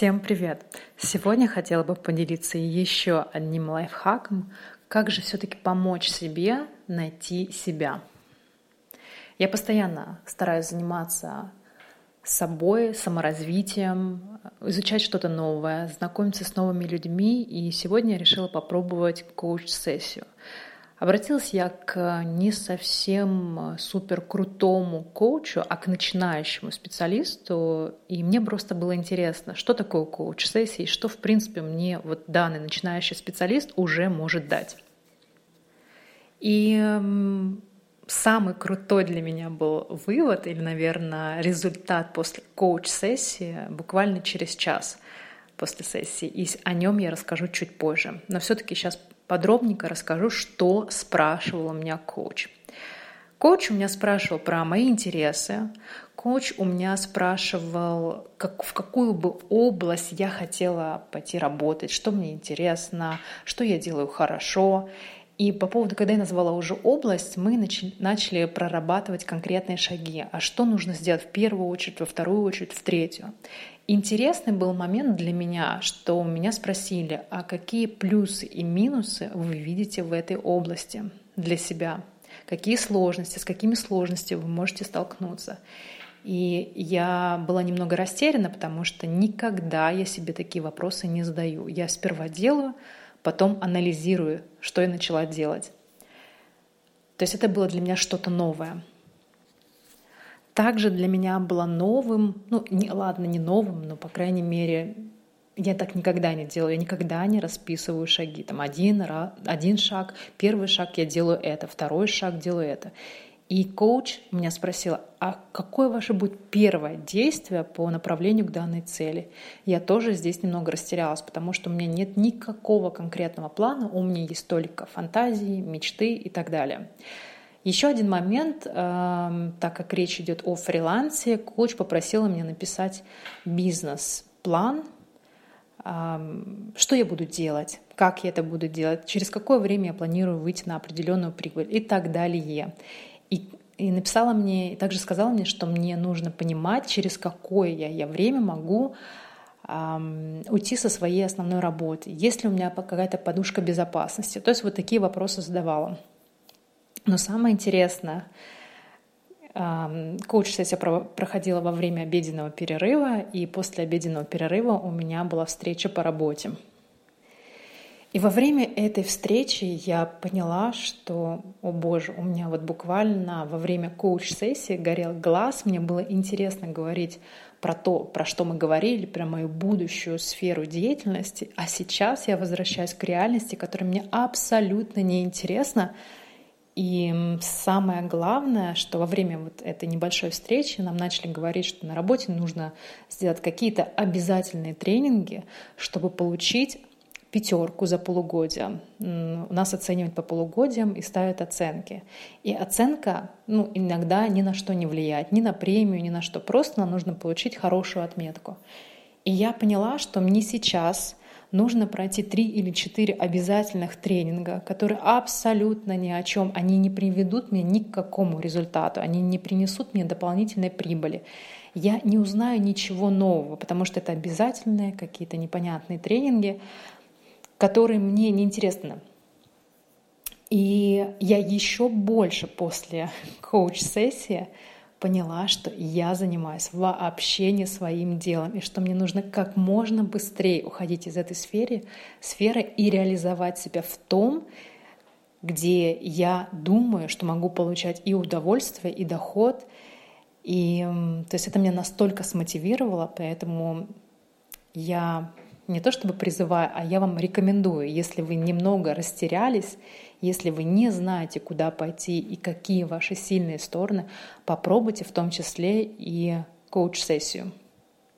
Всем привет! Сегодня хотела бы поделиться еще одним лайфхаком, как же все-таки помочь себе найти себя. Я постоянно стараюсь заниматься собой, саморазвитием, изучать что-то новое, знакомиться с новыми людьми, и сегодня я решила попробовать коуч-сессию. Обратилась я к не совсем супер крутому коучу, а к начинающему специалисту, и мне просто было интересно, что такое коуч-сессия и что, в принципе, мне вот данный начинающий специалист уже может дать. И самый крутой для меня был вывод или, наверное, результат после коуч-сессии буквально через час после сессии, и о нем я расскажу чуть позже. Но все-таки сейчас подробненько расскажу, что спрашивал у меня коуч. Коуч у меня спрашивал про мои интересы. Коуч у меня спрашивал, в какую бы область я хотела пойти работать, что мне интересно, что я делаю хорошо. И по поводу, когда я назвала уже область, мы начали прорабатывать конкретные шаги. А что нужно сделать в первую очередь, во вторую очередь, в третью. Интересный был момент для меня, что меня спросили, а какие плюсы и минусы вы видите в этой области для себя? Какие сложности, с какими сложностями вы можете столкнуться? И я была немного растеряна, потому что никогда я себе такие вопросы не задаю. Я сперва делаю, потом анализирую, что я начала делать. То есть это было для меня что-то новое. Также для меня было новым, не новым, но, по крайней мере, я так никогда не делаю, я никогда не расписываю шаги. Там один шаг, первый шаг я делаю это, второй шаг делаю это. И коуч меня спросила, а какое ваше будет первое действие по направлению к данной цели? Я тоже здесь немного растерялась, потому что у меня нет никакого конкретного плана, у меня есть только фантазии, мечты и так далее. Еще один момент, так как речь идет о фрилансе, коуч попросила меня написать бизнес-план, что я буду делать, как я это буду делать, через какое время я планирую выйти на определенную прибыль и так далее. И написала мне, и также сказала мне, что мне нужно понимать, через какое я время могу уйти со своей основной работы, есть ли у меня какая-то подушка безопасности. То есть вот такие вопросы задавала. Но самое интересное, коуч-сессия проходила во время обеденного перерыва, и после обеденного перерыва у меня была встреча по работе. И во время этой встречи я поняла, что, о боже, у меня вот буквально во время коуч-сессии горел глаз, мне было интересно говорить про то, про что мы говорили, про мою будущую сферу деятельности, а сейчас я возвращаюсь к реальности, которая мне абсолютно неинтересна. И самое главное, что во время вот этой небольшой встречи нам начали говорить, что на работе нужно сделать какие-то обязательные тренинги, чтобы получить 5 за полугодие. У нас оценивают по полугодиям и ставят оценки. И оценка иногда ни на что не влияет, ни на премию, ни на что. Просто нам нужно получить хорошую отметку. И я поняла, что мне сейчас нужно пройти 3 или 4 обязательных тренинга, которые абсолютно ни о чем, они не приведут меня ни к какому результату, они не принесут мне дополнительной прибыли. Я не узнаю ничего нового, потому что это обязательные какие-то непонятные тренинги, которые мне неинтересны. И я еще больше после коуч-сессии поняла, что я занимаюсь вообще не своим делом, и что мне нужно как можно быстрее уходить из этой сферы и реализовать себя в том, где я думаю, что могу получать и удовольствие, и доход. И то есть это меня настолько смотивировало, поэтому я не то чтобы призываю, а я вам рекомендую, если вы немного растерялись, если вы не знаете, куда пойти и какие ваши сильные стороны, попробуйте в том числе и коуч-сессию.